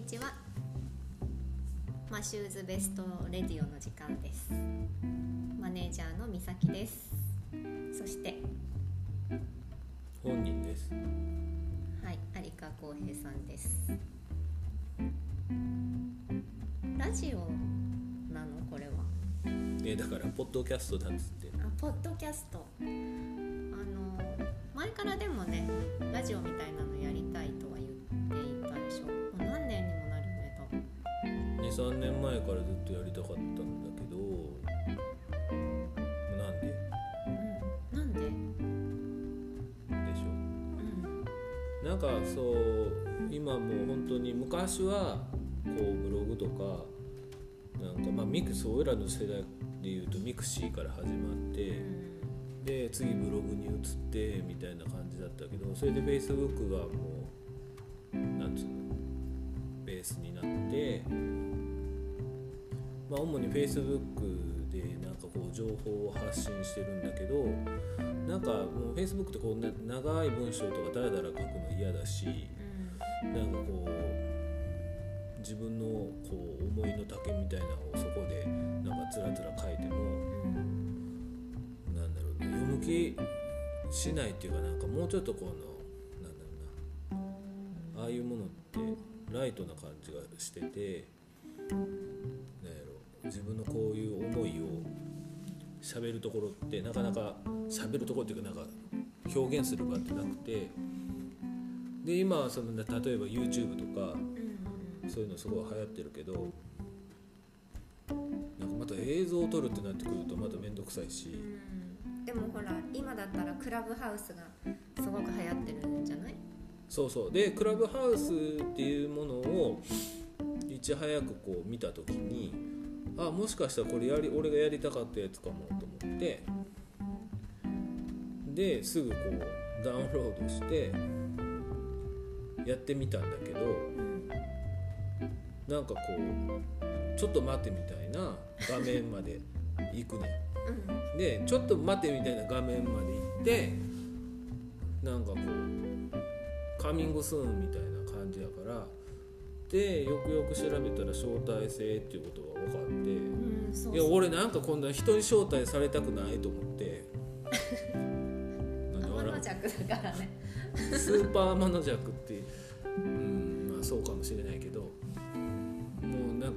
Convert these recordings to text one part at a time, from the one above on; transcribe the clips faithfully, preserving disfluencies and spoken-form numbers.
にちは。マシューズベストレディオの時間です。マネージャーのみさきです。そして本人です。 はい、有川浩平さんです。ラジオなのこれは？ えだからポッドキャストだっつって。 あ、ポッドキャスト。あの前からでもね、ラジオみたいなのやりたいとは言っていたでしょ。もう何年にもなるよね、多分。 にさんねんまえからずっとやりたかったんだけど、なんで？ うん、なんで？ でしょ。 うん。 なんかそう今もう本当に昔はこうブログとかなんかまあミクス俺らの世代でいうとミクシーから始まって、うん、で次ブログに移ってみたいな感じだったけど、それで Facebook がもうなんつうのベースになって、まあ主に Facebook でなんかこう情報を発信してるんだけど、なんかもう Facebook ってこう長い文章とかダラダラ書くの嫌だし、うん、なんかこう自分のこう思いの丈みたいなのをそこでなんかつらつら書いても、うん、なんだろうね、読む気しないっていうか、なんかもうちょっとこのなんだろうな、ああいうものってライトな感じがしてて、なんやろ、自分のこういう思いを喋るところってなかなか喋るところっていうか、なんか表現する場ってなくて、で今はその例えば YouTube とかそういうのすごい流行ってるけど、なんかまた映像を撮るってなってくるとまためんどくさいし、 うん、でもほら今だったらクラブハウスがすごく流行ってるんじゃない？ そうそう。でクラブハウスっていうものをいち早くこう見た時に、あ、もしかしたらこれやり俺がやりたかったやつかもと思って、ですぐこうダウンロードしてやってみたんだけど、なんかこうちょっと待ってみたいな画面まで行くね、うん、でちょっと待ってみたいな画面まで行って、なんかこうカミングスーンみたいな感じだから、でよくよく調べたら招待制っていうことが分かって、うん、そうそう、いや俺なんかこんな人に招待されたくないと思って天の弱だからねスーパー天の弱って、うん、まあそうかもしれないけど、もうなんか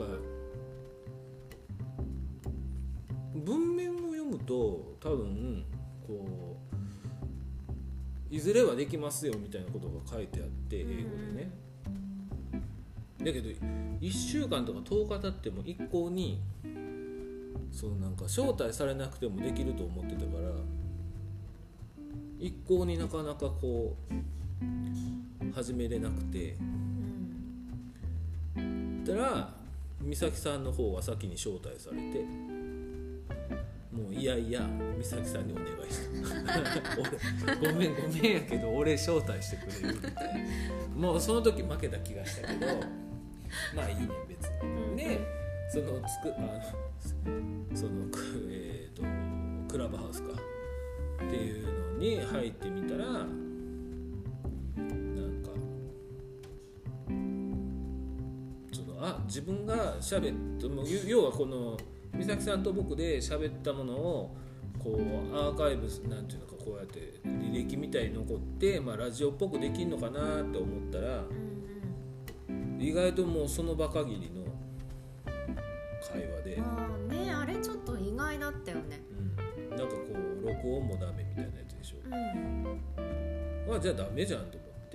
文面を読むと多分こういずれはできますよみたいなことが書いてあって英語でね、だけどいっしゅうかんとかとおか経っても一向にそうなんか招待されなくてもできると思ってたから、一向になかなかこう始めれなくて、だから美咲さんの方は先に招待されて、もういやいや美咲さんにお願いした俺ごめんごめんやけど俺招待してくれるみたいな、もうその時負けた気がしたけどまあいいね別に。でそのつくあのその、えー、とクラブハウスかっていうのに入ってみたら、なんかそのあ自分が喋っても要はこの美咲さんと僕で喋ったものをこうアーカイブなんていうのか、こうやって履歴みたいに残って、まあ、ラジオっぽくできるのかなって思ったら、うんうん、意外ともうその場限りの会話で、 あーね、あれちょっと意外だったよね、 うん、なんかこう録音もダメみたいなやつでしょ、うん、まあじゃあダメじゃんと思って、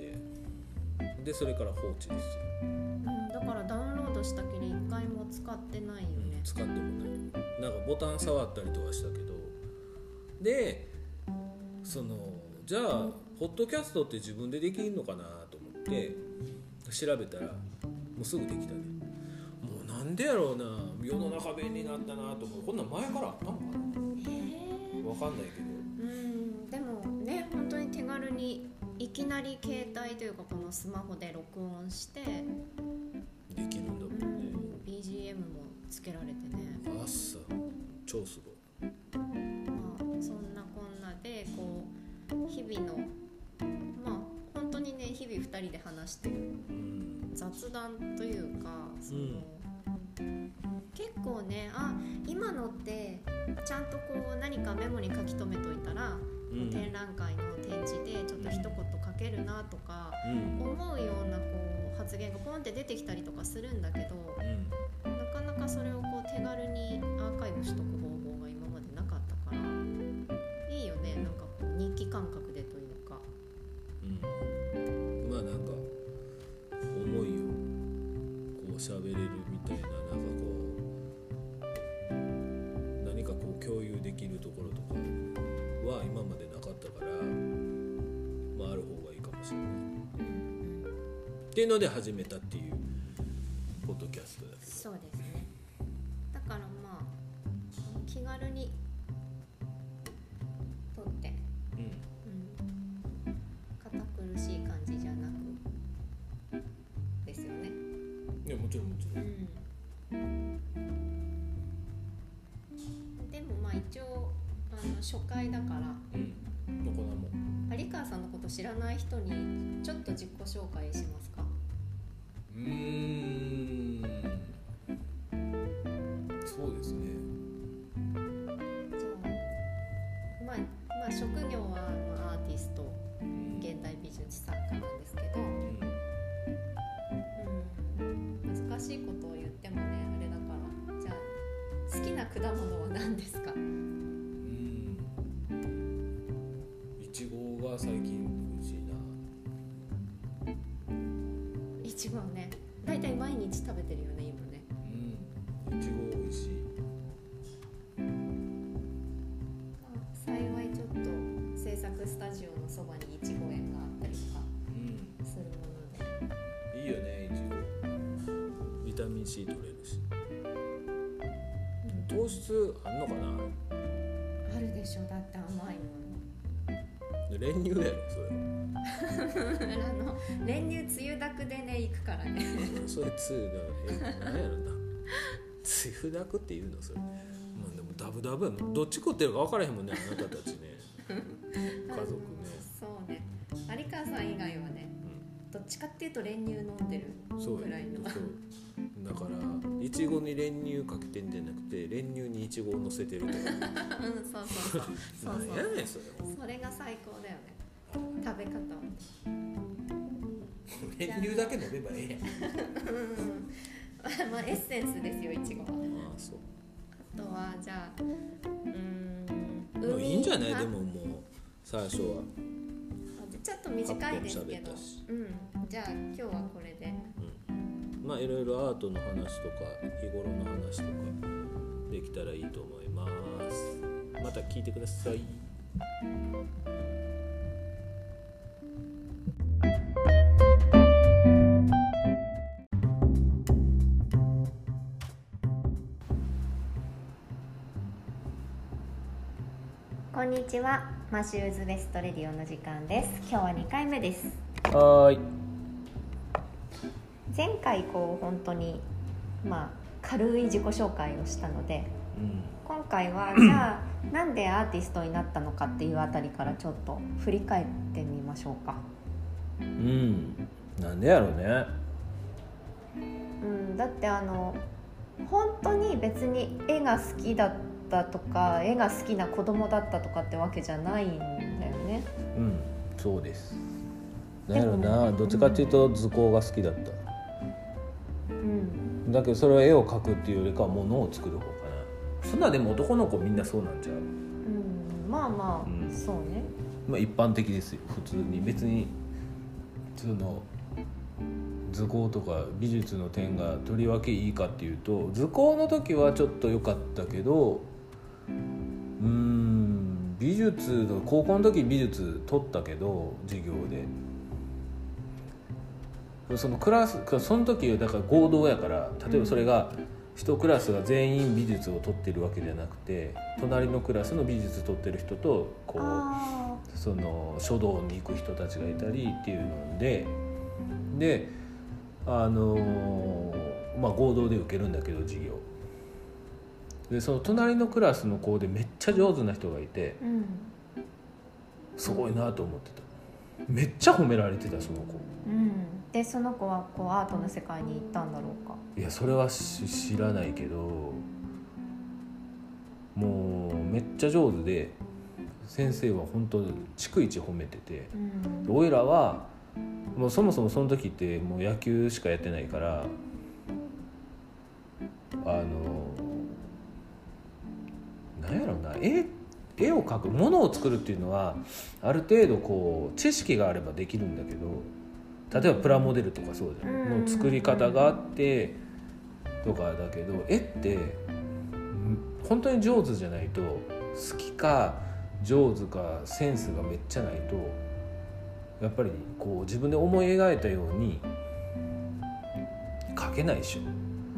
でそれから放置ですよ、 うん、だからダウンロードしたけど一回も使ってないよね、 うん、使ってもない、なんかボタン触ったりとかしたけど、でそのじゃあポッドキャストって自分でできるのかなと思って調べたらもうすぐできたね。もうなんでやろうな、世の中便利になったなと思う。こんなん前からあったのかな、へ分かんないけど、 うん、でもね本当に手軽にいきなり携帯というかこのスマホで録音してできるんだもんね、 うん、ビージーエム もつけられてね、 あっさ超すごい。 まあそんなこんなでこう日々のまあ本当にね日々ふたりで話してる雑談というかその、うん、結構ねあ今のってちゃんとこう何かメモに書き留めといたら、うん、展覧会の展示でちょっと一言書けるなとか、うん、思うようなこう発言がポンって出てきたりとかするんだけど、うん、なかなかそれをこう手軽にアーカイブしとく方法が今までなかったからいいよね。なんかこう日記感覚でというか、 うん、まあなんか思いをこう喋れるみたいな、なんかこう何かこう共有できるところとかは今までなかったから、まあある方がいいかもしれない、うんうん、っていうので始めたっていうポッドキャストだけど。 そうですね。だからまあ気軽に撮って、うんうん、堅苦しい感じじゃなくですよね。 いやもちろんもちろん、 うん、でもまあ一応あの初回だから、 うん、どこなも有川さんのこと知らない人にちょっと自己紹介しますか。 うーんそうですね。 じゃあまあ、まあ、職業はアーティスト、現代美術作家なんですけど、うんうん、難しいことを言ってもねあれだから、じゃあ好きな果物は何ですか。 うんいちごが最近美味しいな。 いちごね、だいたい毎日食べてるよね今ね。 うんいちご美味しい。 幸いちょっと制作スタジオのそばにいちご園があったりとかするもので、 うん、いいよねいちご。ビタミン C 取れるし、うん、糖質あんのかな。 あるでしょ、だって甘いもん。 練乳だよそれあの練乳つゆだくでね行くからねそれつゆだえ何やろなつゆだくって言うのそれ、まあ、でもダブダブやもん。どっち食ってるか分からへんもんねあなたたちね家族ね。 そうね、有川さん以外はね、うん、どっちかっていうと練乳飲んでるくらいの。 そうだからいちごに練乳かけてんじゃなくて練乳にいちごを乗せてるとかうんそうそうそうそう何やねんそれ。 それが最高だよね食べ方は。 練乳だけ飲めばええやんまあエッセンスですよいちごは。 ああそう。 あとはじゃあうーんもういいんじゃない。でももう最初はちょっと短いですけど、うん、じゃあ今日はこれで、 うん、まあいろいろアートの話とか日頃の話とかできたらいいと思います。また聞いてください。 こんにちは、マシューズベストレディオの時間です。今日はにかいめです。 はーい。 前回こう本当にまあ軽い自己紹介をしたので、うん、今回はじゃあなんでアーティストになったのかっていうあたりからちょっと振り返ってみましょうか。 うん、なんでやろうね。 うん、だってあの本当に別に絵が好きだったとか絵が好きな子供だったとかってわけじゃないんだよね。 うん、そうです。なんやろうな、どっちかっていうと図工が好きだった。うん。だけどそれは絵を描くっていうよりかは物を作る方かな。そんなでも男の子みんなそうなんちゃう。うん、 まあまあ、うん、そうね。 まあ一般的ですよ。普通に別にその図工とか美術の点がとりわけいいかっていうと、図工の時はちょっと良かったけど、うーん美術の高校の時美術取ったけど授業で。そのクラスその時はだから合同やから、例えばそれが一クラスが全員美術を取ってるわけじゃなくて、隣のクラスの美術取ってる人とこうその書道に行く人たちがいたりっていうので、であのまあ合同で受けるんだけど授業で、その隣のクラスの子でめっちゃ上手な人がいて、うん、すごいなと思ってた。めっちゃ褒められてたその子、うんでその子はこうアートの世界に行ったんだろうか。 いやそれは知らないけど、もうめっちゃ上手で先生は本当逐一褒めてて、うん、おいらはもうそもそもその時ってもう野球しかやってないから、あのなんやろな、絵絵を描くものを作るっていうのはある程度こう知識があればできるんだけど、例えばプラモデルとかそうじゃん、うん、の作り方があってとかだけど、絵って本当に上手じゃないと、好きか上手かセンスがめっちゃないとやっぱりこう自分で思い描いたように描けないでしょ。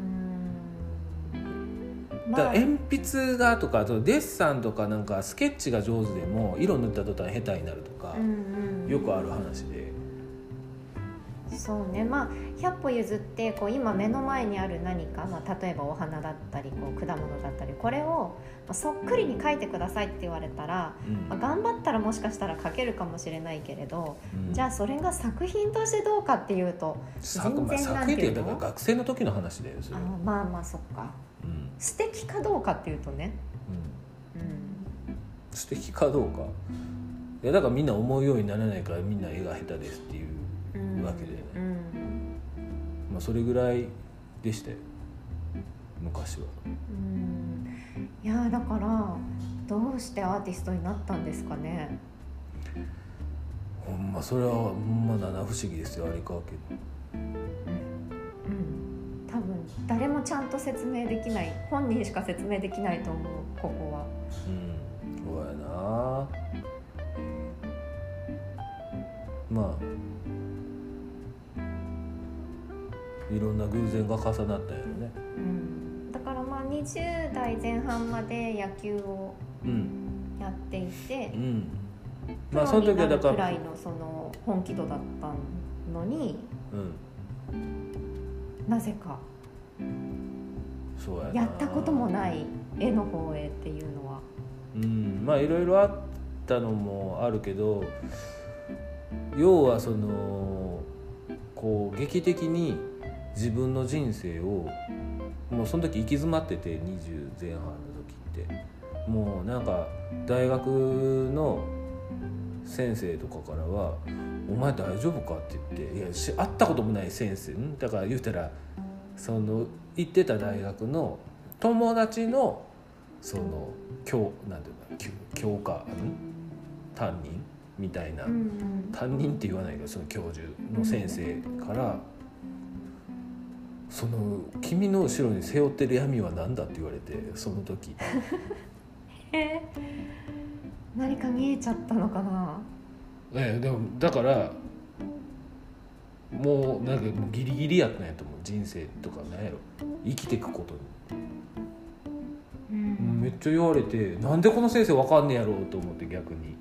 だから鉛筆がとか、あとデッサンとかなんかスケッチが上手でも色塗った途端下手になるとか、うんうん、よくある話で。 そうね、まあひゃっぽ譲ってこう今目の前にある何か、まあ、例えばお花だったりこう果物だったり、これをそっくりに描いてくださいって言われたら、うんまあ、頑張ったらもしかしたら描けるかもしれないけれど、うん、じゃあそれが作品としてどうかっていうと全然なんていうの、 作品ってだから学生の時の話だよそれ。 あまあまあそっか、うん、素敵かどうかっていうとね、 うんうん、素敵かどうか、いやだからみんな思うようにならないからみんな絵が下手ですっていうわけでね、うんうん、まあ、それぐらいでしたよ昔は。 うん、いやだからどうしてアーティストになったんですかね。 ほんまそれはほんま七不思議ですよ、有川家。 うん、うん、多分誰もちゃんと説明できない、本人しか説明できないと思うここは。 うん、そうやな。まあいろんな偶然が重なったんやろね、 うん、だからまあにじゅう代前半まで野球をやっていて、うんうん、まあその時はだからくらいのその本気度だったのに、うん、なぜかそうやな、 やったこともない絵の方へっていうのは、 うん、まあいろいろあったのもあるけど、要はそのこう劇的に自分の人生をもうその時行き詰まってて、にじゅう前半の時ってもうなんか大学の先生とかからは「お前大丈夫か?」って言って、いや会ったこともない先生だから言うたら、その行ってた大学の友達のその教なんていうか教科担任みたいな、うんうん、担任って言わないけどその教授の先生から、その君の後ろに背負ってる闇は何だって言われて、その時えー、何か見えちゃったのかな。 えでもだからもうなんかもうギリギリやったんやと思う、人生とかなんやろ生きていくことに、うん、めっちゃ言われて、なんでこの先生わかんねやろうと思って、逆に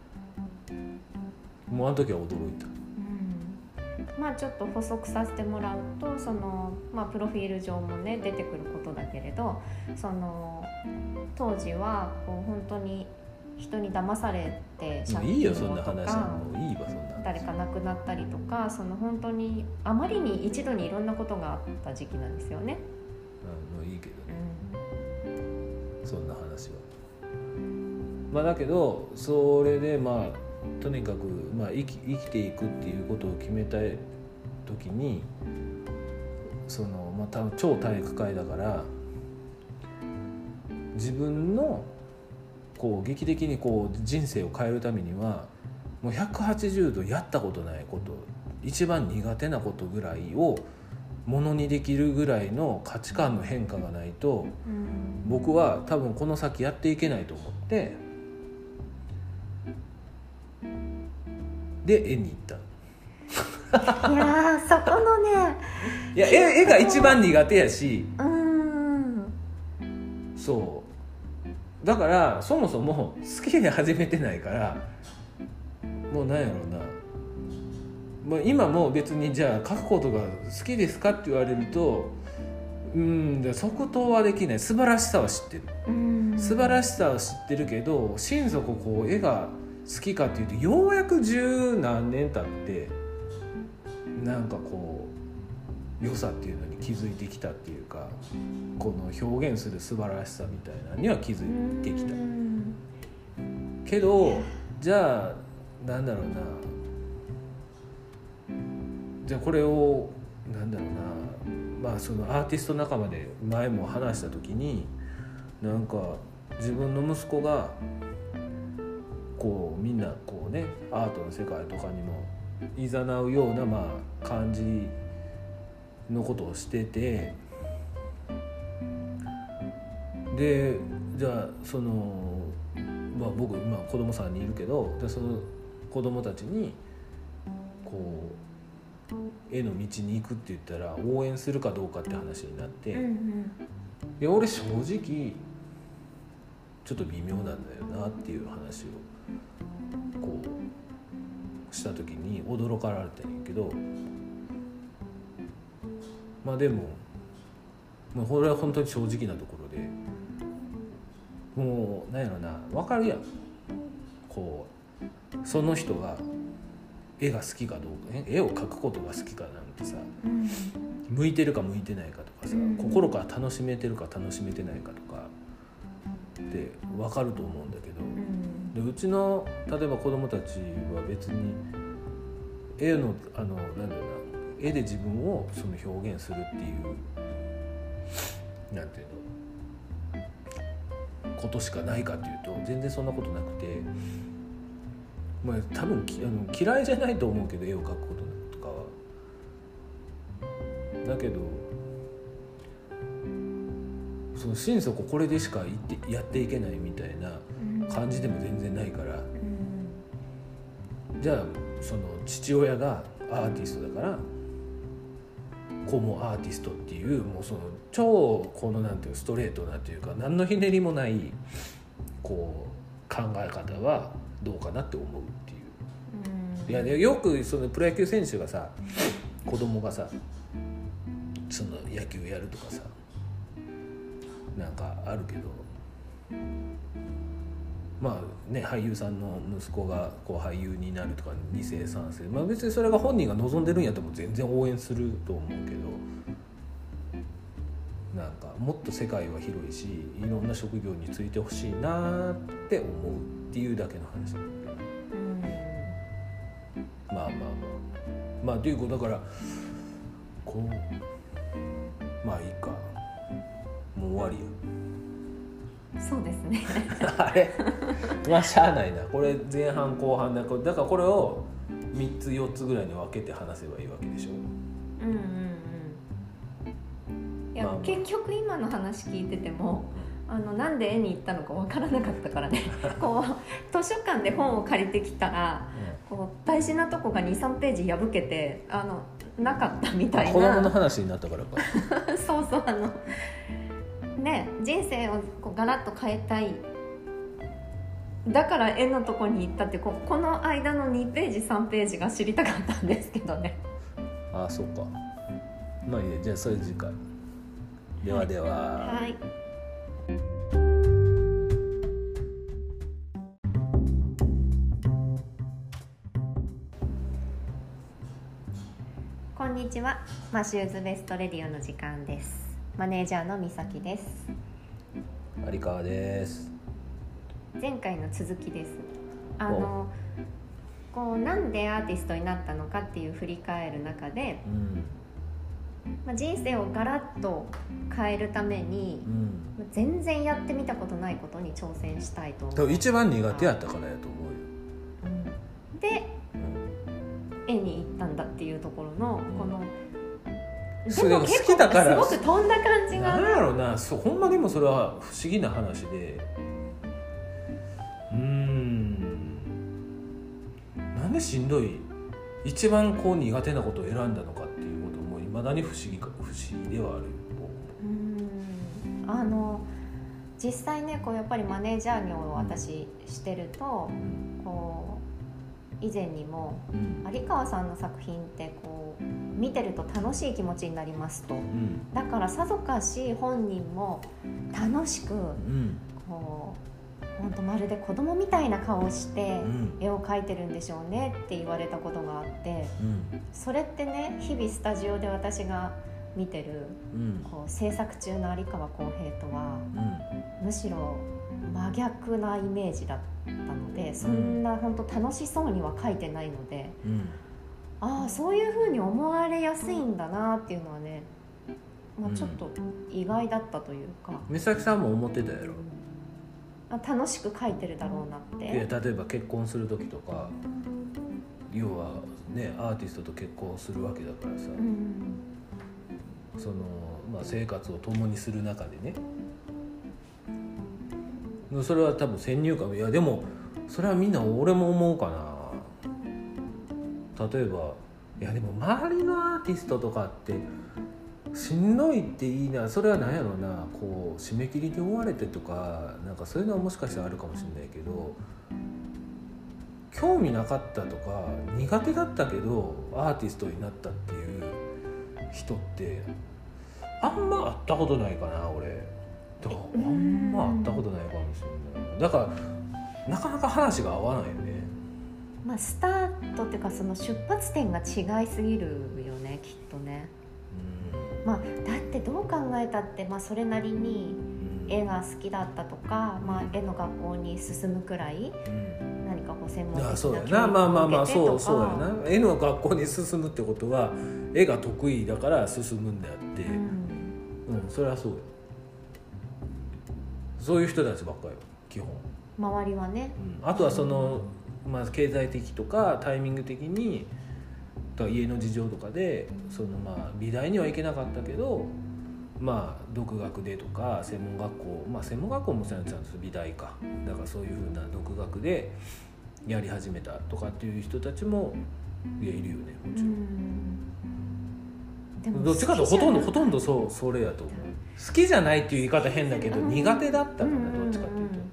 もうあの時は驚いた。 まあ、ちょっと補足させてもらうと、その、まあ、プロフィール上もね出てくることだけれど、その当時はこう本当に人に騙されて借金をとか、いいよそんな話、もういいわそんな話、 誰か亡くなったりとか、その本当にあまりに一度にいろんなことがあった時期なんですよね。 うん、もういいけどね、うん、そんな話は。まあだけどそれでまあとにかく、まあ、生き、生きていくっていうことを決めた時に、その、まあ、多分超体育会だから自分のこう劇的にこう人生を変えるためにはもうひゃくはちじゅうどやったことないこと、一番苦手なことぐらいをものにできるぐらいの価値観の変化がないと、うん、僕は多分この先やっていけないと思って、で絵に行ったいやそこのねいや 絵, 絵が一番苦手やし、 うーんそうだからそもそも好きで始めてないから、もうなんやろうな、もう今も別にじゃあ書くことが好きですかって言われると、うーん即答はできない。素晴らしさは知ってる、うん素晴らしさは知ってるけど、心底こう絵が好きかっていうとようやく十何年経ってなんかこう良さっていうのに気づいてきたっていうか、この表現する素晴らしさみたいなのには気づいてきたけど、じゃあなんだろうな、じゃあこれをなんだろうな、まあそのアーティスト仲間で前も話した時に、なんか自分の息子がこうみんなこうねアートの世界とかにもいざなうようなまあ感じのことをしてて、でじゃあその、まあ、僕今子供さんにいるけど、でその子供たちにこう絵の道に行くって言ったら応援するかどうかって話になって、うんうん、いや俺正直ちょっと微妙なんだよなっていう話をこうした時に驚かられたんやけど、まあでも、まあ、これは本当に正直なところで、もうなんやろな、分かるやん、こうその人が絵が好きかどうかね、絵を描くことが好きかなんてさ、うん、向いてるか向いてないかとかさ、うん、心から楽しめてるか楽しめてないかとかって分かると思うんだけど、うん、でうちの例えば子供たちは別に絵のあのなんだろうな、絵で自分をその表現するっていうなんていうのことしかないかっていうと全然そんなことなくて、まあ多分きあの嫌いじゃないと思うけど絵を描くこととかは。だけどその心底これでしか言ってやっていけないみたいな感じでも全然ないから、うん、じゃあその父親がアーティストだから子もアーティストっていうもうその超このなんていうストレートなというか何のひねりもないこう考え方はどうかなって思うっていう、うん、いやよくそのプロ野球選手がさ子供がさその野球やるとかさなんかあるけど、まあね俳優さんの息子がこう俳優になるとかに世さん世、まあ別にそれが本人が望んでるんやったら全然応援すると思うけど、なんかもっと世界は広いしいろんな職業についてほしいなって思うっていうだけの話だけど、うん、まあまあまあまあということだからこうまあいいかもう終わりや。 そうですねあれまあしゃあないな、これ前半後半だからだからこれをみっつよっつぐらいに分けて話せばいいわけでしょ。 うんうんうん。いや、まあまあ、結局今の話聞いててもあのなんで絵に行ったのか分からなかったからねこう図書館で本を借りてきたら、うん、こう大事なとこが にさんページ破けてあのなかったみたいな、 子供の話になったからかそうそう、あのね、人生をこうガラッと変えたい、だから絵のとこに行ったって、ここの間のにページさんページが知りたかったんですけどね。 ああそうか、まあいいや、じゃあそれ次回ではでは、 はいはい。こんにちは、マシューズベストレディオの時間です。マネージャーの美咲です。 有川です。 前回の続きです。あのこうなんでアーティストになったのかっていう振り返る中で、うんまあ、人生をガラッと変えるために、うん、全然やってみたことないことに挑戦したいと思う。 一番苦手やったからやと思うよ、 うん、で、うん、絵に行ったんだっていうところの、うん、このでも結構すごく飛んだ感じが、 なんやろうな、そうほんまにもそれは不思議な話で、うーんなんでしんどい一番こう苦手なことを選んだのかっていうこともいまだに不思議か不思議ではある。 うーんあの実際ねこうやっぱりマネージャー業を私してると、うん、こう以前にも、うん、有川さんの作品ってこう見てると楽しい気持ちになりますと、うん、だからさぞかし本人も楽しく、うん、こう本当まるで子供みたいな顔をしてうん絵を描いてるんでしょうねって言われたことがあって、 うんそれってね日々スタジオで私が見てるうんこう制作中の有川浩平とはうんむしろ真逆なイメージだったので、そんな本当楽しそうには描いてないので、 うんああそういう風に思われやすいんだなっていうのはね、まあ、ちょっと意外だったというか、 美咲さんも思ってたやろ。 あ楽しく描いてるだろうなって。 いや例えば結婚する時とか要はねアーティストと結婚するわけだからさ、 うんその、まあ、生活を共にする中でね、それは多分先入観、いやでもそれはみんな俺も思うかな。例えばいやでも周りのアーティストとかってしんどいっていいな、それは何やろうな、こう締め切りに追われてとかなんかそういうのはもしかしたらあるかもしれないけど、興味なかったとか苦手だったけどアーティストになったっていう人ってあんま会ったことないかな俺。だからあんま会ったことないかもしれない。だからなかなか話が合わないよね。 まあ、スタートっていうかその出発点が違いすぎるよねきっとね。まあ、だってどう考えたって、まあ、それなりに絵が好きだったとか、まあ、絵の学校に進むくらい何かこう専門的な教育を受けてとか、 まあまあまあそうそうやな。絵の学校に進むってことは絵が得意だから進むんであって、うん、うん、それはそうよ。そういう人たちばっかりよ基本。 周りはね、 うん、あとはその、まあ、経済的とかタイミング的に家の事情とかでそのまあ美大には行けなかったけど、まあ独学でとか専門学校、まあ専門学校もちゃんと美大か、だからそういうふうな独学でやり始めたとかっていう人たちもいやいるよねもちろん。 でもどっちかというとほとんどほとんどそうそれやと思う。好きじゃないっていう言い方変だけど、苦手だったかな、どっちかっていうと。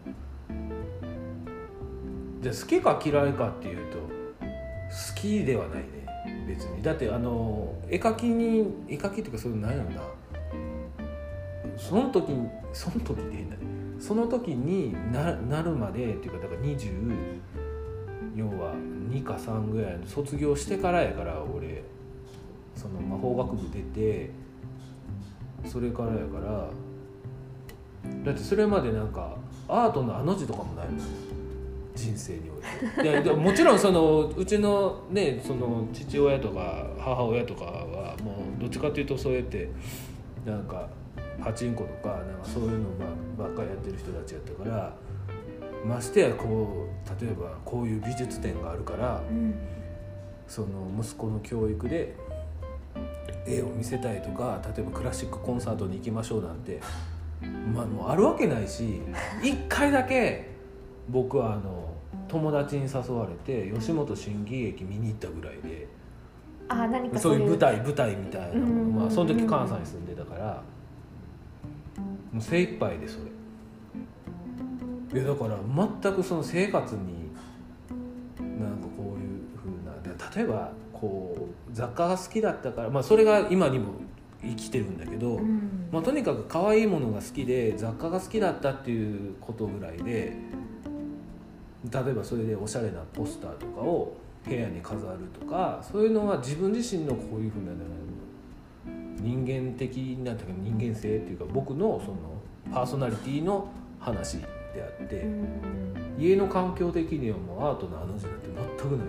じゃあ好きか嫌いかっていうと好きではないね別に。だってあの絵描きに絵描きっていうかそういうのないのな、その時にその時って変だね、その時に な, なるまでっていうか、だからにじゅう要はにかさんぐらいの卒業してからやから、俺その魔法学部出てそれからやから、だってそれまでなんかアートのあの字とかもないもん人生において。いやでももちろんそのうちのねその父親とか母親とかはもうどっちかというとそうやってなんかパチンコとかなんかそういうのばっかりやってる人たちやったから、ましてやこう例えばこういう美術展があるから、うん、その息子の教育で絵を見せたいとか、例えばクラシックコンサートに行きましょうなんて、まあ、もうあるわけないし、一回だけ僕はあの友達に誘われて吉本新喜劇見に行ったぐらいで、 あ何かそういう舞台舞台みたいな、まあ、その時関西に住んでたからもう精一杯でそれ。いやだから全くその生活になんかこういう風な、例えばこう雑貨が好きだったから、まあ、それが今にも生きてるんだけど、うんまあ、とにかく可愛いものが好きで雑貨が好きだったっていうことぐらいで、例えばそれでおしゃれなポスターとかを部屋に飾るとか、そういうのは自分自身のこういう風な人間的な人間性っていうか僕のそのパーソナリティの話であって、うん、家の環境的にはもうアートのあの字なんて全くない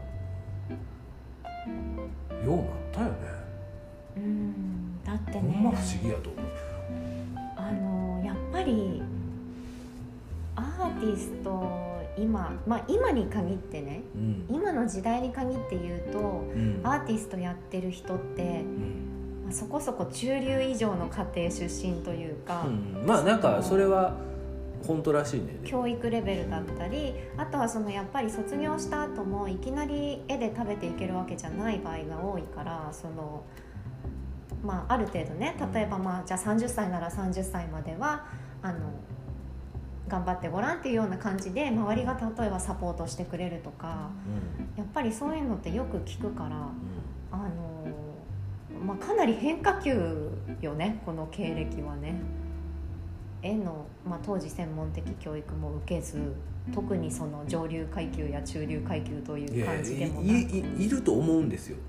からようなったよね。 うんだってね、 ほんま不思議やと思う。 あのやっぱりアーティスト今、まあ、今に限ってね、うん、今の時代に限って言うと、うん、アーティストやってる人って、うんまあ、そこそこ中流以上の家庭出身というか、うん、 まあなんかそれは本当らしいね。 教育レベルだったり、あとはそのやっぱり卒業した後もいきなり絵で食べていけるわけじゃない場合が多いから、そのまあ、ある程度ね、例えばまあじゃあさんじゅっさいならさんじゅっさいまではあの頑張ってごらんっていうような感じで周りが例えばサポートしてくれるとか、うん、やっぱりそういうのってよく聞くから、うん、あのまあ、かなり変化球よねこの経歴はね。 絵の、まあ、当時専門的教育も受けず、特にその上流階級や中流階級という感じでもなく、 い, い, い, いると思うんですよ、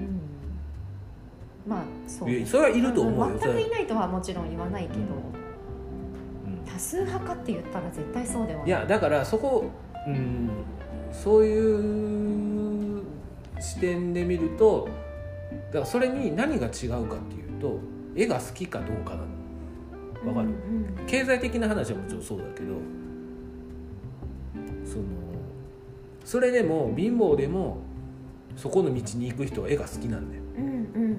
うん、まあそう、 いやそれはいると思うよ、 全くいないとはもちろん言わないけど、うん、多数派かって言ったら絶対そうではない。 いやだからそこ、うん、そういう視点で見ると、だからそれに何が違うかっていうと、絵が好きかどうかなの。わかる、うんうん、経済的な話はもちろんそうだけど、そのそれでも貧乏でもそこの道に行く人は絵が好きなんだよ、 うんうん、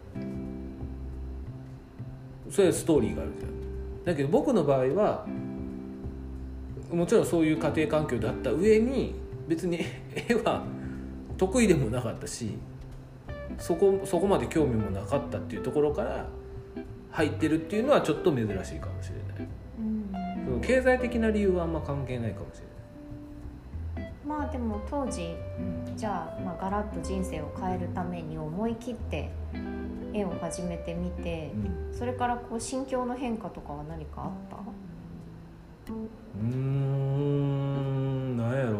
それはストーリーがあるじゃん。だけど僕の場合はもちろんそういう家庭環境だった上に、別に絵は得意でもなかったし、そこ、そこまで興味もなかったっていうところから入ってるっていうのはちょっと珍しいかもしれない、うん、その経済的な理由はあんま関係ないかもしれない。 まあでも当時、うん、じゃあ、まあガラッと人生を変えるために思い切って絵を始めてみて、うん、それからこう心境の変化とかは何かあった？ うーん、なんやろう、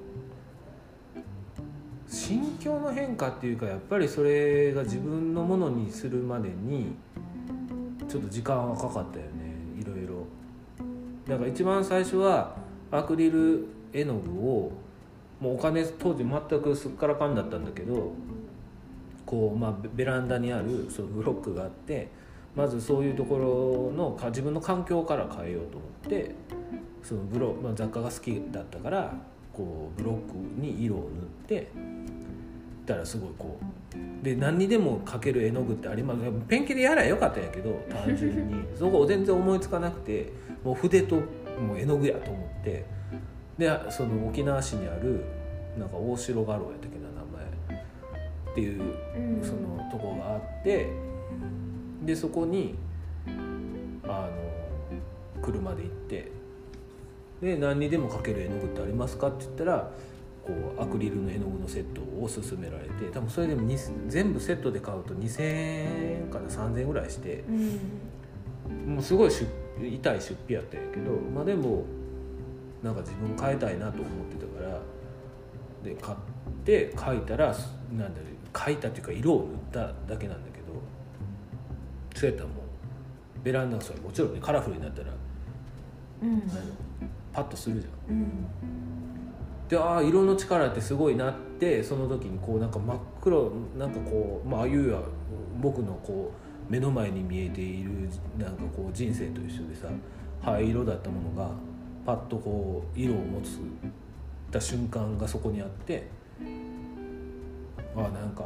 心境の変化っていうか、やっぱりそれが自分のものにするまでにちょっと時間はかかったよね、いろいろ。だから一番最初はアクリル絵の具をもうお金当時全くすっからかんだったんだけど、こう、まあ、ベランダにあるそのブロックがあって、まずそういうところの自分の環境から変えようと思って、そのブロ、まあ、雑貨が好きだったからこうブロックに色を塗ってたら、すごいこうで何にでも描ける絵の具ってあります。ペンキでやらよかったんやけど、単純にそこを全然思いつかなくて、もう筆ともう絵の具やと思って、でその沖縄市にあるなんか大城画廊やったっけな、名前っていうそのとこがあって、でそこにあの車で行って、で何にでも描ける絵の具ってありますかって言ったら、こうアクリルの絵の具のセットを勧められて、多分それでもに全部セットで買うとにせんえんからさんぜんえんぐらいして、うん、もうすごい痛い出費やったんやけど、まあでもなんか自分変えたいなと思ってたから、で買って描いたら、なんだろう、描いたっていうか色を塗っただけなんだけど、そうやったらもうベランダがそれもちろんね、カラフルになったら、うん、パッとするじゃん、うん、で、ああ色の力ってすごいなって、その時にこうなんか真っ黒、なんかこう、まああいうや僕のこう目の前に見えているなんかこう人生と一緒でさ、灰色だったものがパッとこう色を持つた瞬間がそこにあって、ああなんか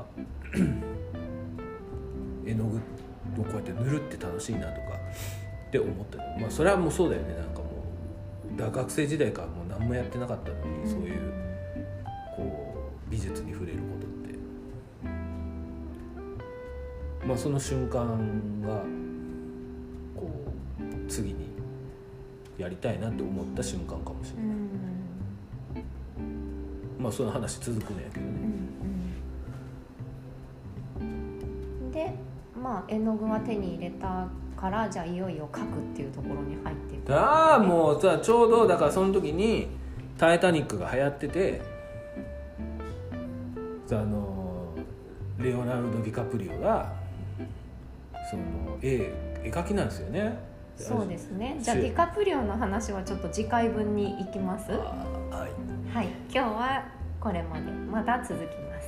絵の具をこうやって塗るって楽しいなとかって思った。まあそれはもうそうだよね。なんかもうだ学生時代からもう何もやってなかったのに、そういうこう美術に触れることって、まあその瞬間がこう次にやりたいなって思った瞬間かもしれない、うん、まあその話続くんやけどね、 うんうん、でまあ絵の具は手に入れたから、じゃあいよいよ描くっていうところに入っていく、ね、 ああもうさ、ちょうどだからその時にタイタニックが流行ってて、あのレオナルド・ディカプリオがその 絵, 絵描きなんですよね。 そうですね。じゃあディカプリオの話はちょっと次回分に行きます。はい、はい、今日はこれまで。また続きます。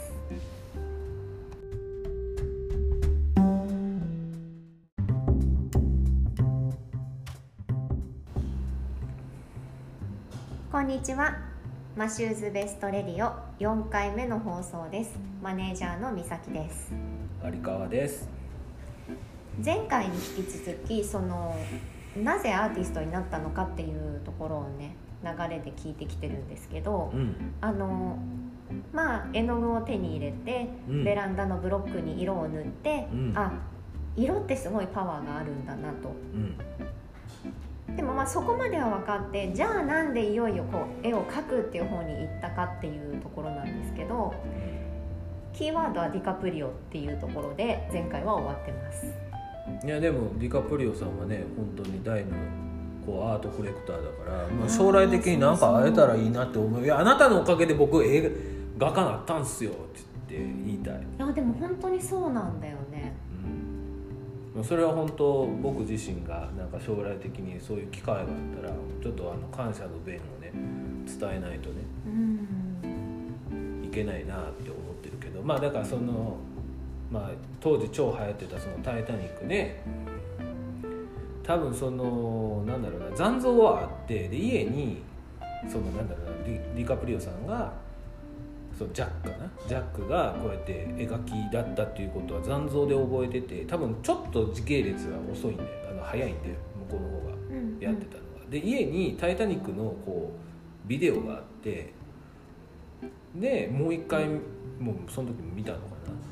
こんにちは。マシューズベストレディオよんかいめの放送です。マネージャーの美咲です。 有川です。 前回に引き続き、そのなぜアーティストになったのかっていうところをね、流れで聞いてきてるんですけど、うん、あのまあ絵の具を手に入れて、うん、ベランダのブロックに色を塗って、うん、あ、色ってすごいパワーがあるんだなと、うん、でもまあそこまでは分かって、じゃあなんでいよいよこう絵を描くっていう方に行ったかっていうところなんですけど、キーワードはディカプリオっていうところで前回は終わってます。 いやでもディカプリオさんはね、本当に大のこうアートコレクターだから、まあ、将来的になんか会えたらいいなって思う。いやあなたのおかげで僕映画家になったんすよって言って言いたい。いやでも本当にそうなんだよね、 うん、それは本当僕自身がなんか将来的にそういう機会があったらちょっとあの感謝の弁をね伝えないとね、うん、いけないなって思ってるけど、まあだからその、まあ、当時超流行ってたそのタイタニックで多分そのなんだろうな残像はあってで家にそのなんだろうなディ、ディカプリオさんがそのジャックかなジャックがこうやって描きだったっていうことは残像で覚えてて多分ちょっと時系列が遅いんであの早いんで向こうの方がやってたのが、うんうん、で家にタイタニックのこうビデオがあってでもう一回もうその時も見たのか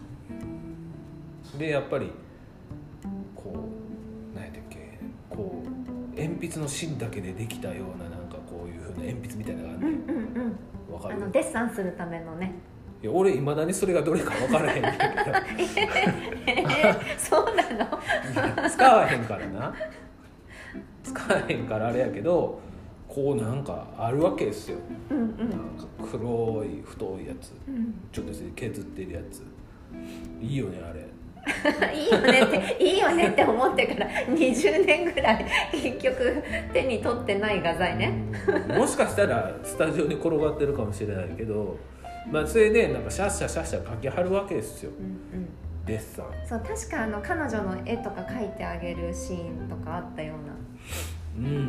なでやっぱりこう何やったっけこう鉛筆の芯だけでできたようななんかこういう風な鉛筆みたいなのがあるね、うんうんうん、わかる？ あのデッサンするためのね。 いや俺いまだにそれがどれか分からへんねんけどえー、そうなの？ 使わへんからな使わへんからあれやけどこうなんかあるわけですよ、うんうん、なんか黒い太いやつ、うん、ちょっと削ってるやついいよねあれいいよねっていいよねって思ってからにじゅうねんぐらい結局手に取ってない画材ねもしかしたらスタジオに転がってるかもしれないけど、まあ、それでなんかシャッシャシャッシャ描きはるわけですよ、うんうん、デッサン。 そう確かあの彼女の絵とか描いてあげるシーンとかあったような、 うんうん、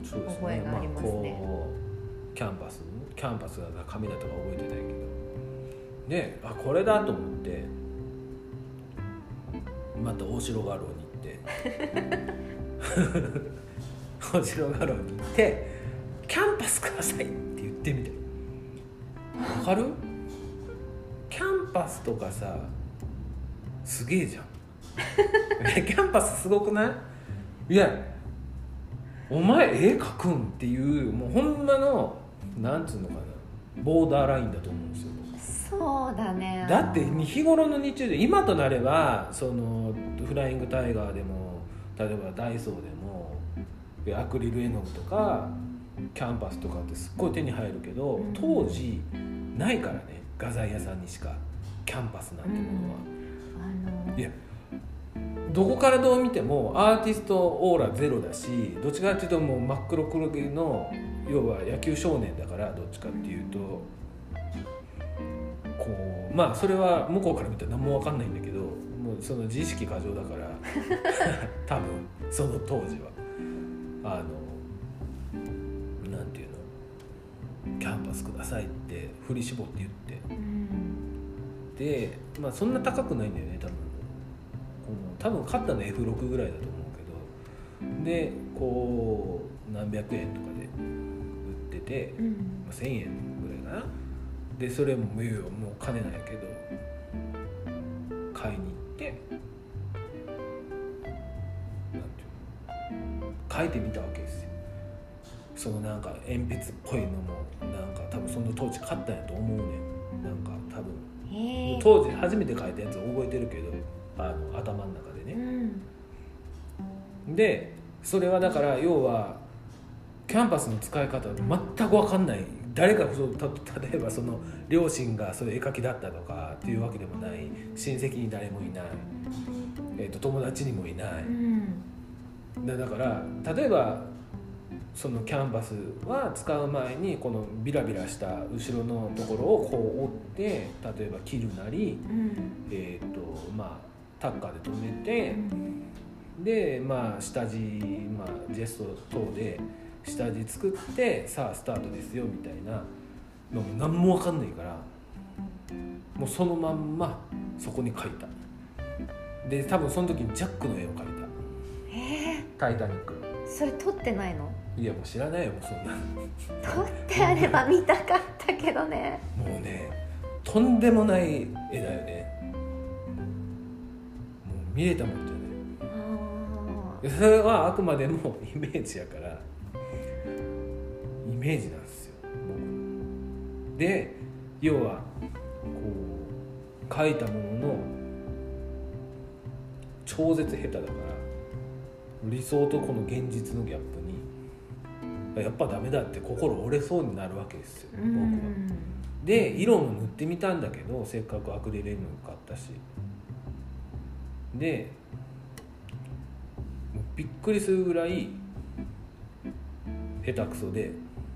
そうですね、 覚えがありますね、まあ、こうキャンパスキャンパスが紙だとか覚えてないけどであこれだと思ってまた大城画廊に行って大城画廊に行ってキャンパスくださいって言ってみてわかる？キャンパスとかさすげえじゃんキャンパスすごくない？いやお前絵描くんっていうもうほんまのなんつうのかなボーダーラインだと思うんですよ。 そうだね。 だって日頃の日中で今となればそのフライングタイガーでも例えばダイソーでもアクリル絵の具とかキャンパスとかってすっごい手に入るけど、うん、当時ないからね画材屋さんにしかキャンパスなんてものは、うん、あのー、いやどこからどう見てもアーティストオーラゼロだしどっちかっていうともう真っ黒黒の要は野球少年だからどっちかっていうとこうまあそれは向こうから見たら何も分かんないんだけどもうその自意識過剰だから多分その当時はあのなんていうのキャンパスくださいって振り絞って言って、うん、でまあそんな高くないんだよね多分多分買ったの エフろく ぐらいだと思うけどでこう何百円とかで売ってて、うんまあ、せんえんぐらいかなでそれももう金ないけど買いに行ってなんていうの書いてみたわけですよ。そのなんか鉛筆っぽいのもなんか多分その当時買ったんやと思うねん。なんか多分当時初めて書いたやつ覚えてるけどあの頭の中でね、うん、でそれはだから要はキャンパスの使い方全く分かんない誰かそうた例えばその両親がそういう絵描きだったとかっていうわけでもない親戚に誰もいない、えーと、友達にもいない、うん、だから例えばそのキャンバスは使う前にこのビラビラした後ろのところをこう折って例えば切るなり、うん、えーとまあタッカーで留めて、うん、でまあ下地、まあ、ジェスト等で下地作ってさあスタートですよみたいなのも何も分かんないからもうそのまんまそこに描いたで多分その時にジャックの絵を描いた、えー、タイタニックそれ撮ってないの？ いやもう知らないよもうそんな撮ってあれば見たかったけどねもうねとんでもない絵だよね見れたもんじゃないそれはあくまでもイメージやからイメージなんですよ僕で要はこう書いたものの超絶下手だから理想とこの現実のギャップにやっぱダメだって心折れそうになるわけですよ、 うん僕は。で色も塗ってみたんだけど、せっかくアクリル絵の具買ったし、でもうびっくりするぐらい下手くそで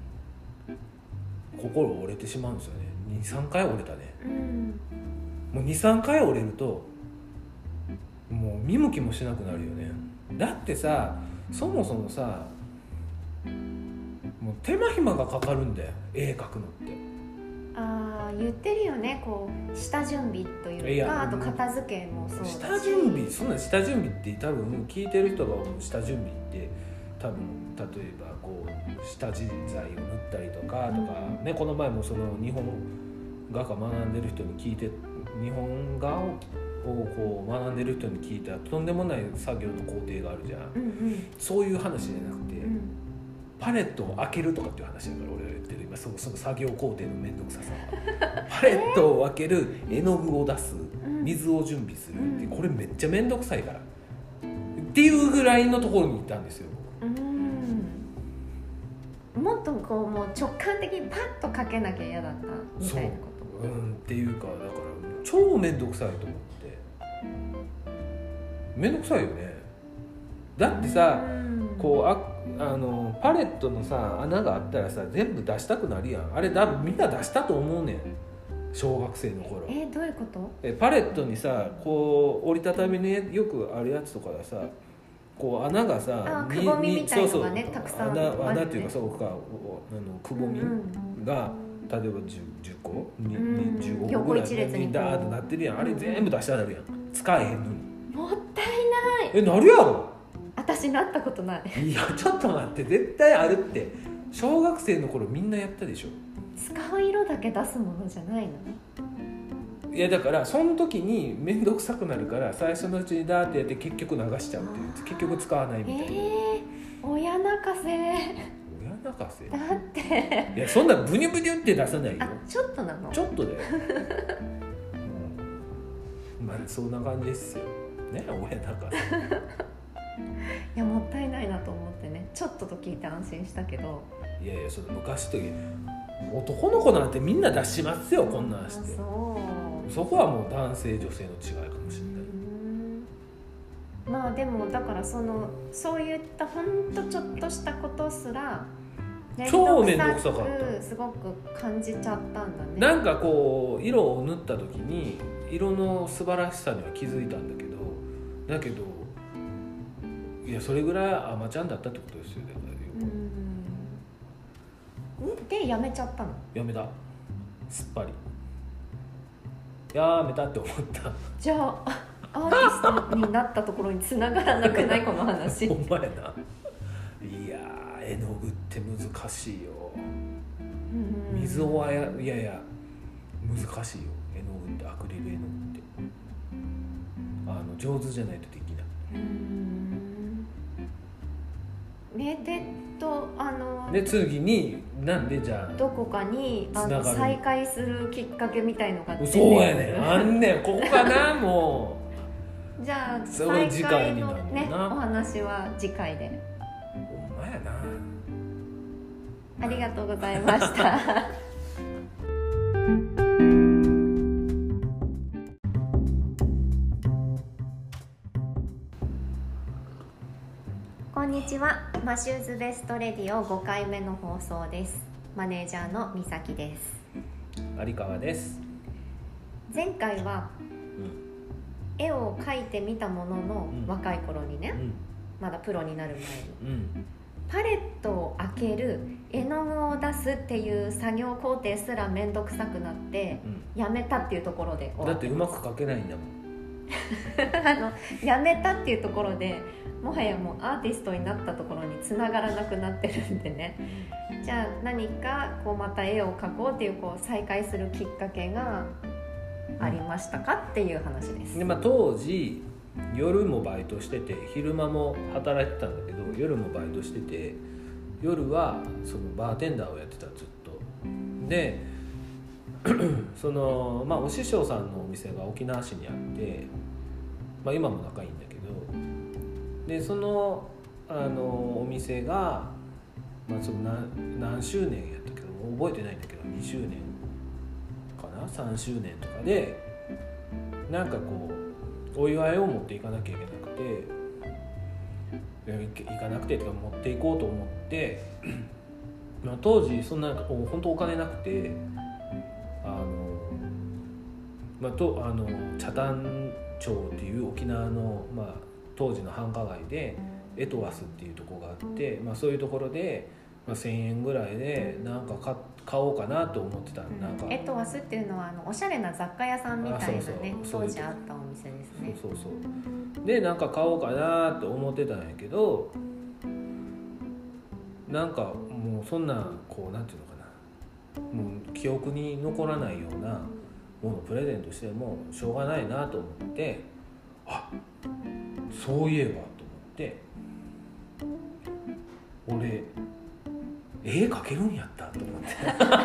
心折れてしまうんですよね。 にさんかい折れたね。 うんもう にさんかい折れるともう見向きもしなくなるよね。だってさ、そもそもさ、もう手間暇がかかるんだよ、絵描くのって。 ああ言ってるよね、こう下準備といいうやか、あと片付けもそうだし、 下準備、そんな下準備って多分聞いてる人が下準備って多分例えばこう下地材を塗ったりとかとか、うんね、この前もその日本画家学んでる人に聞いて、日本画をこう学んでる人に聞いたとんでもない作業の工程があるじゃん、 うんうん、 そういう話じゃなくて、 うん、 パレットを開けるとかっていう話だから俺が言ってる今、そのその作業工程の面倒くささはパレットを開ける、絵の具を出す、水を準備するって、これめっちゃ面倒くさいからっていうぐらいのところに行ったんですよ。 うん、もっとこうもう直感的にパッと描けなきゃ嫌だったみたいなこと。 そう、うん、っていうかだから超面倒くさいと思って、面倒くさいよね。だってさ、こうああのパレットのさ穴があったらさ全部出したくなるやん。あれ多分みんな出したと思うねん、小学生の頃。 えどういうこと？ えパレットにさこう折りたたみのよくあるやつとかでさ、こう穴がさ、 くぼみみたいのがねたくさんある、ね、 穴, 穴っていうかそうか、あのくぼみが、うん、例えば 10, 10個、うん、じゅうごこぐらいにダーッとなってるやん。あれ全部出したらなるやん、使えへんのに。 もったいない。 えなるやろ。 私なったことない。 いやちょっと待って、絶対あるって。小学生の頃みんなやったでしょ。 使う色だけ出すものじゃないの？ いやだからその時に面倒くさくなるから最初のうちにダーってやって結局流しちゃうっていう、結局使わないみたいな。 えー、親泣かせ。 親泣かせ。 だっていやそんなブニュブニュって出さないよ。 あちょっとなの？ ちょっとだよ、うん、まあそんな感じですよね、親泣かせ。 いやもったいないなと思ってね、ちょっとと聞いて安心したけど。 いやいやそれ昔という男の子なんてみんな出しますよ、こんなんして。 そう、 そこはもう男性女性の違いかもしれない。まあでもだからそのそういったほんとちょっとしたことすら超面倒くさかった。 すごく感じちゃったんだね。 なんかこう色を塗った時に色の素晴らしさには気づいたんだけど、だけどいやそれぐらい甘ちゃんだったってことですよ。だからうんでやめちゃったの？ やめた、すっぱりやめたって思った。 じゃあアーティストになったところに繋がらなくないこの話。 お前な。いや絵の具って難しいよ。水をあやいやいや難しいよ、絵の具って。アクリル絵の具ってあの上手じゃないとできない。 うんねでとあので次になんでじゃあどこかにあの再会するきっかけみたいのが出てくる。 そうやねん、あんねんここかな。もうじゃあそれ次回になるな、 ね、お話は次回で。 ほんまやな。 ありがとうございました。こんにちは、マシューズベストレディオごかいめの放送です。マネージャーのみさきです。 有川です。 前回は、うん、絵を描いてみたものの、うん、若い頃にね、うん、まだプロになる前に、うん、パレットを開ける、絵の具を出すっていう作業工程すらめんどくさくなって、うん、やめたっていうところで終わってます。 だってうまく描けないんだもん。 あのやめたっていうところでもはやもうアーティストになったところに繋がらなくなってるんでね。じゃあ何かこうまた絵を描こうっていう、こう再開するきっかけがありましたかっていう話です。 で、まあ、当時夜もバイトしてて昼間も働いてたんだけど、夜もバイトしてて夜はそのバーテンダーをやってた、ずっと。でそのまあお師匠さんのお店が沖縄市にあって、まあ、今も仲いいんだけど、でそのあのお店がまあ、その 何, 何周年やったけど覚えてないんだけどにしゅうねんかなさんしゅうねんとかでなんかこうお祝いを持っていかなきゃいけなくて行かなくてとか持っていこうと思ってまあ当時そんな本当お金なくてあの、まあ、とあの北谷町っていう沖縄の、まあ、当時の繁華街でエトワスっていうところがあって、まあ、そういうところで、まあ、せんえんぐらいでなんか 買, 買おうかなと思ってた、うん、なんかエトワスっていうのはあのおしゃれな雑貨屋さんみたいなね、 そうそう当時あったお店ですね。 そうそうそうでなんか買おうかなと思ってたんやけどなんかもうそんなこうなんていうのかなもう記憶に残らないようなものをプレゼントしてもしょうがないなと思ってあそういえばと思って俺絵描けるんやったと思って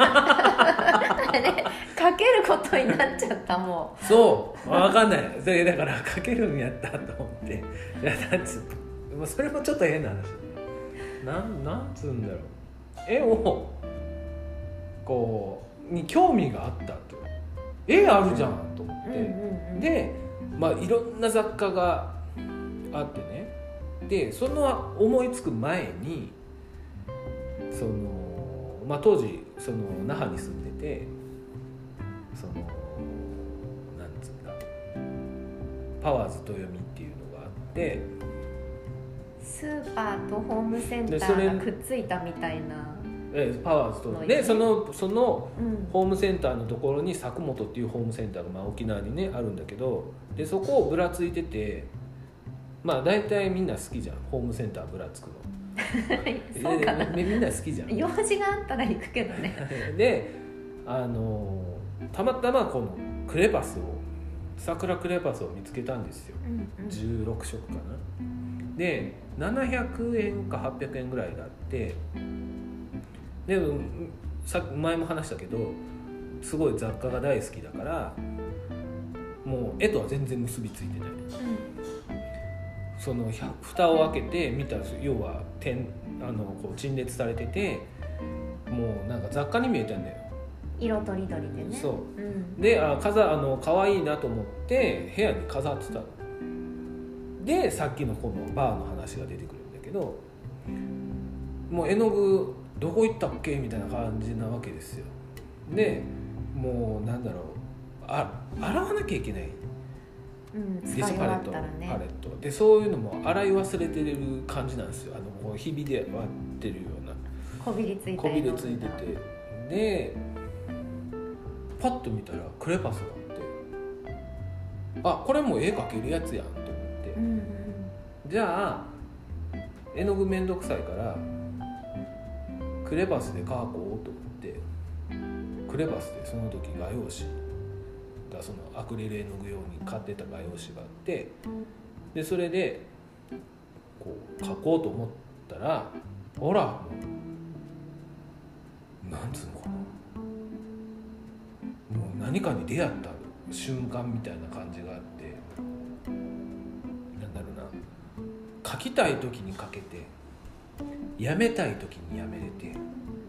描けることになっちゃったもうそう分かんないそれだから描けるんやったと思っていやなんつそれもちょっと変な話なんなんつうんだろう絵をこうに興味があったと絵あるじゃんと思って、うんうんうん、でまあいろんな雑貨があってねでその思いつく前にその、まあ、当時その那覇に住んでてそのなんつうんだパワーズ豊見っていうのがあってスーパーとホームセンターがくっついたみたいなえパワーズとでそのそのホームセンターのところに佐久本っていうホームセンターがまあ沖縄にねあるんだけどでそこをぶらついててまあ大体みんな好きじゃんホームセンターぶらつくのそうかなみんな好きじゃん用事があったら行くけどねであのたまたまこのクレパスを桜クレパスを見つけたんですよ、うんうん、じゅうろくしょくかなでななひゃくえんかはっぴゃくえんぐらいであってでさ前も話したけどすごい雑貨が大好きだからもう絵とは全然結びついてない、うん、その蓋を開けて見た要は点あのこう陳列されててもうなんか雑貨に見えたんだよ色とりどりでねそう、うん、であ飾あの可愛いなと思って部屋に飾ってたのでさっきのこのバーの話が出てくるんだけどもう絵の具どこ行ったっけみたいな感じなわけですよでもうなんだろうあ洗わなきゃいけない、 うん、使い終わったらねパレットでそういうのも洗い忘れてる感じなんですよあのこうひびで割ってるようなこびりついたこびりついててでパッと見たらクレパスがあってあこれもう絵描けるやつやんと思って、うんうん、じゃあ絵の具めんどくさいからクレパスで描こうと思ってクレパスでその時画用紙がそのアクリル絵の具用に買ってた画用紙があってでそれでこう描こうと思ったらほらもうなんつうのかなもう何かに出会った瞬間みたいな感じがあってなんだろうな描きたい時に描けてやめたい時にやめれて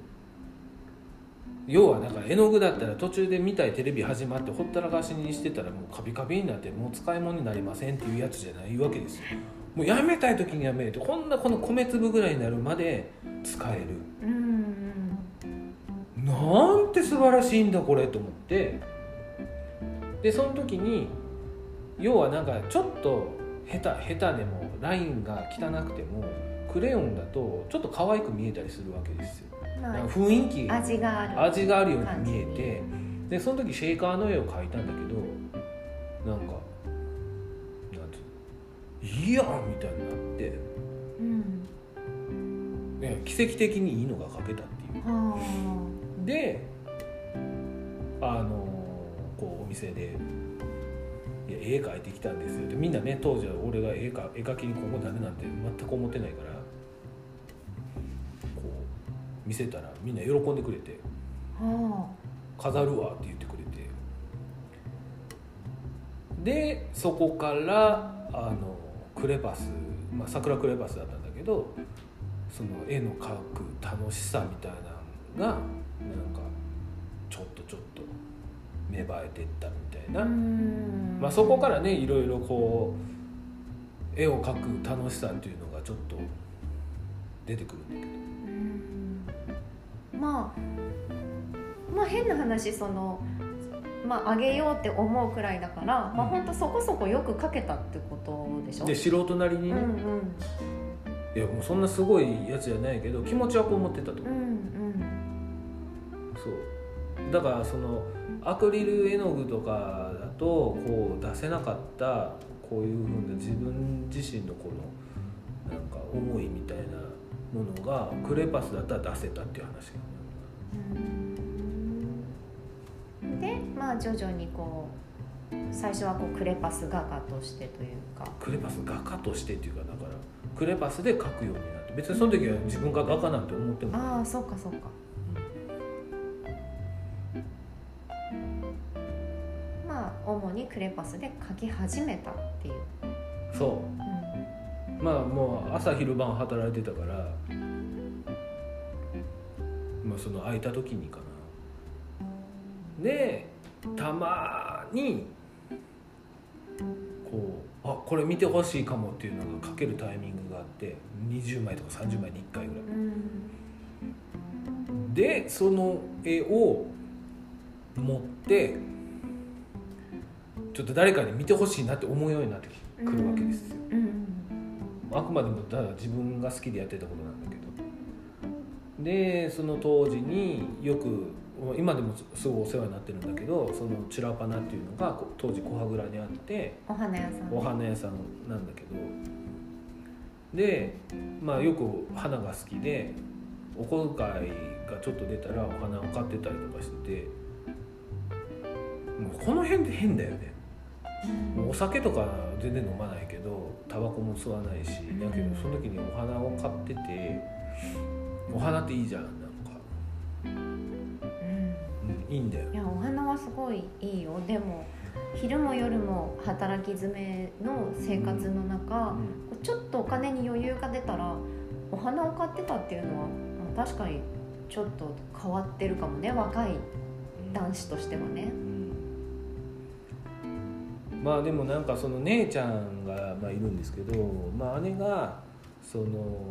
要はだから絵の具だったら途中で見たいテレビ始まってほったらかしにしてたらもうカビカビになってもう使い物になりませんっていうやつじゃないわけですよもうやめたい時にやめれてこんなこの米粒ぐらいになるまで使えるうんなんて素晴らしいんだこれと思ってでその時に要はなんかちょっと下手下手でもラインが汚くてもクレヨンだとちょっと可愛く見えたりするわけですよ、まあ、雰囲気味がある味があるように見えてでその時シェイカーの絵を描いたんだけどなんかなんていいやんみたいになって、うんね、奇跡的にいいのが描けたっていうであのこうお店でいや絵描いてきたんですよってみんなね当時は俺が絵か絵描きにここなるなんて全く思ってないからこう見せたらみんな喜んでくれて飾るわって言ってくれてでそこからあのクレパス、まあ、桜クレパスだったんだけどその絵の描く楽しさみたいなのがなんかちょっとちょっと芽生えていったみたいな、まあ、そこからねいろいろこう絵を描く楽しさっていうのがちょっと出てくるんだけど、まあまあ変な話そのまあ、あげようって思うくらいだから、まあ、ほんとそこそこよく描けたってことでしょ。 で素人なりにね、うんうん、いやもうそんなすごいやつじゃないけど気持ちはこう思ってたと思う、うんうん、そうだからそのアクリル絵の具とかだとこう出せなかったこういうふうな自分自身のこのなんか思いみたいなものがクレパスだったら出せたっていう話、 うん、でまあ徐々にこう最初はこうクレパス画家としてというかクレパス画家としてっていうかだからクレパスで描くようになって別にその時は自分が画家なんて思ってもない。 ああそうかそうか、主にクレパスで描き始めたっていう。 そう、うん、まあもう朝昼晩働いてたから、まあその空いた時にかな。でたまにこうあこれ見てほしいかもっていうのが描けるタイミングがあってにじゅうまいとかさんじゅうまいにいっかいぐらい、うん、でその絵を持ってちょっと誰かに見てほしいなって思うようになってくるわけですよ、うんうん、あくまでもただ自分が好きでやってたことなんだけどでその当時によく今でもすごいお世話になってるんだけどそのチュラパナっていうのが当時小羽倉にあってお花屋さんお花屋さんなんだけどでまあよく花が好きでお小遣いがちょっと出たらお花を買ってたりとかしててもうこの辺で変だよね。お酒とか全然飲まないけどタバコも吸わないしだけどその時にお花を買っててお花っていいじゃんなんか、うんうん、いいんだよ。 いやお花はすごいいいよ。でも昼も夜も働き詰めの生活の中、うんうん、ちょっとお金に余裕が出たらお花を買ってたっていうのは確かにちょっと変わってるかもね若い男子としてはね、 うん、まあでもなんかその姉ちゃんがまあいるんですけど、まあ、姉がその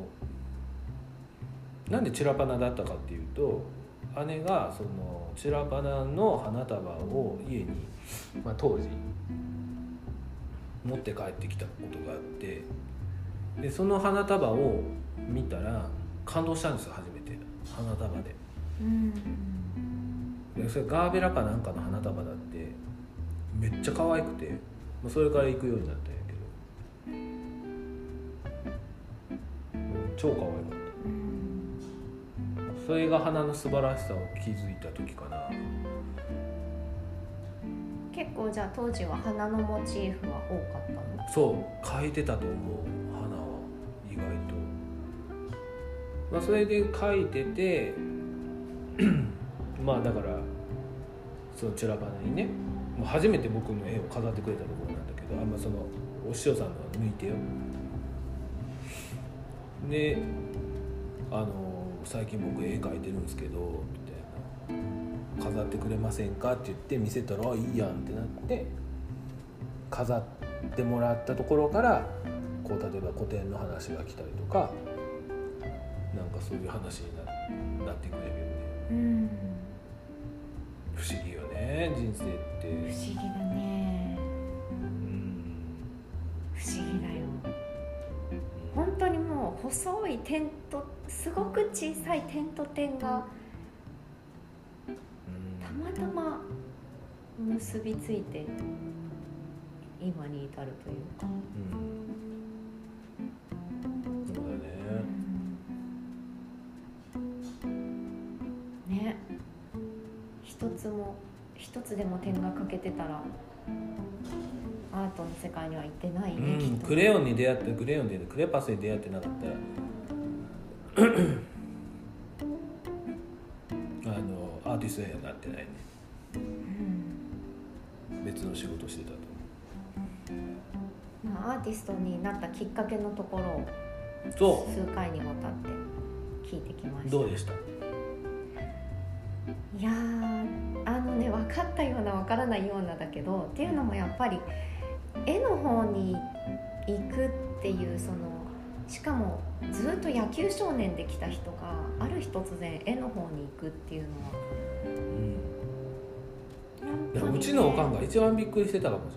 なんでチュラパナだったかっていうと姉がそのチュラパナの花束を家に、まあ、当時持って帰ってきたことがあってでその花束を見たら感動したんですよ初めて花束で、うん、でそれガーベラかなんかの花束だってめっちゃ可愛くてそれから行くようになったんやけど、うん、超可愛かった、うん、それが花の素晴らしさを気づいた時かな。 結構じゃあ当時は花のモチーフは多かったの？ そう描いてたと思う花は意外と、まあ、それで描いててまあだからそのチュラパナにねもう初めて僕の絵を飾ってくれたところなんだけどあんまそのお師匠さんの抜いてよであの最近僕絵描いてるんですけどみたいな飾ってくれませんかって言って見せたらいいやんってなって飾ってもらったところからこう例えば古典の話が来たりとかなんかそういう話に な, なってくれるよね、うん、不思議よね人生って。 不思議だね、うん、不思議だよ、うん、本当にもう細い点とすごく小さい点と点がたまたま結びついて今に至るというか、 うん、そうだね、 うん、ね一つも一つでも点が欠けてたらアートの世界には行ってないね、うん、きっと。 クレヨンに出会ってクレヨンでクレパスに出会ってなかったらあのアーティストにはなってないね、うん、別の仕事してたと思う、まあ、アーティストになったきっかけのところをそう数回にわたって聞いてきました。 どうでした？ いやーあのね分かったような分からないようなだけど、っていうのもやっぱり絵の方に行くっていうそのしかもずっと野球少年で来た人がある日突然絵の方に行くっていうのは、 うん、いやうちのおかんが一番びっくりしてたかもし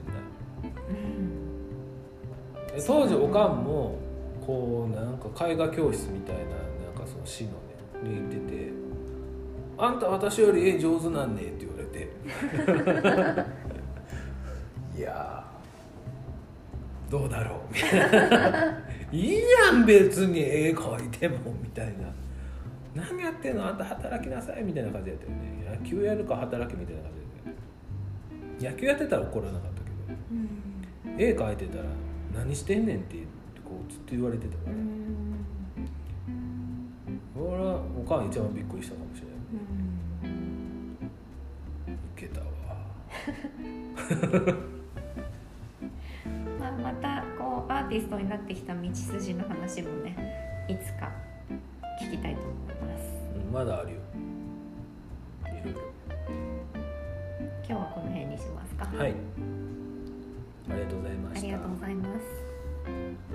れない、うん、当時おかんもこうなんか絵画教室みたいななんかその市のねに行ってて、あんた私より絵上手なんねって言われていやどうだろうみたいないいやん別に絵描いてもみたいな、何やってんのあんた働きなさいみたいな感じやったよね。野球やるか働きみたいな感じで、野球やってたら怒らなかったけど、うん、絵描いてたら何してんねんってこうずっと言われてたから、うん、俺はおかん一番びっくりしたかもしれない、うん、受けたわまあ、またこうアーティストになってきた道筋の話もねいつか聞きたいと思います、 うん、まだあるよいろいろ。 今日はこの辺にしますか。 はい、ありがとうございました。 ありがとうございます。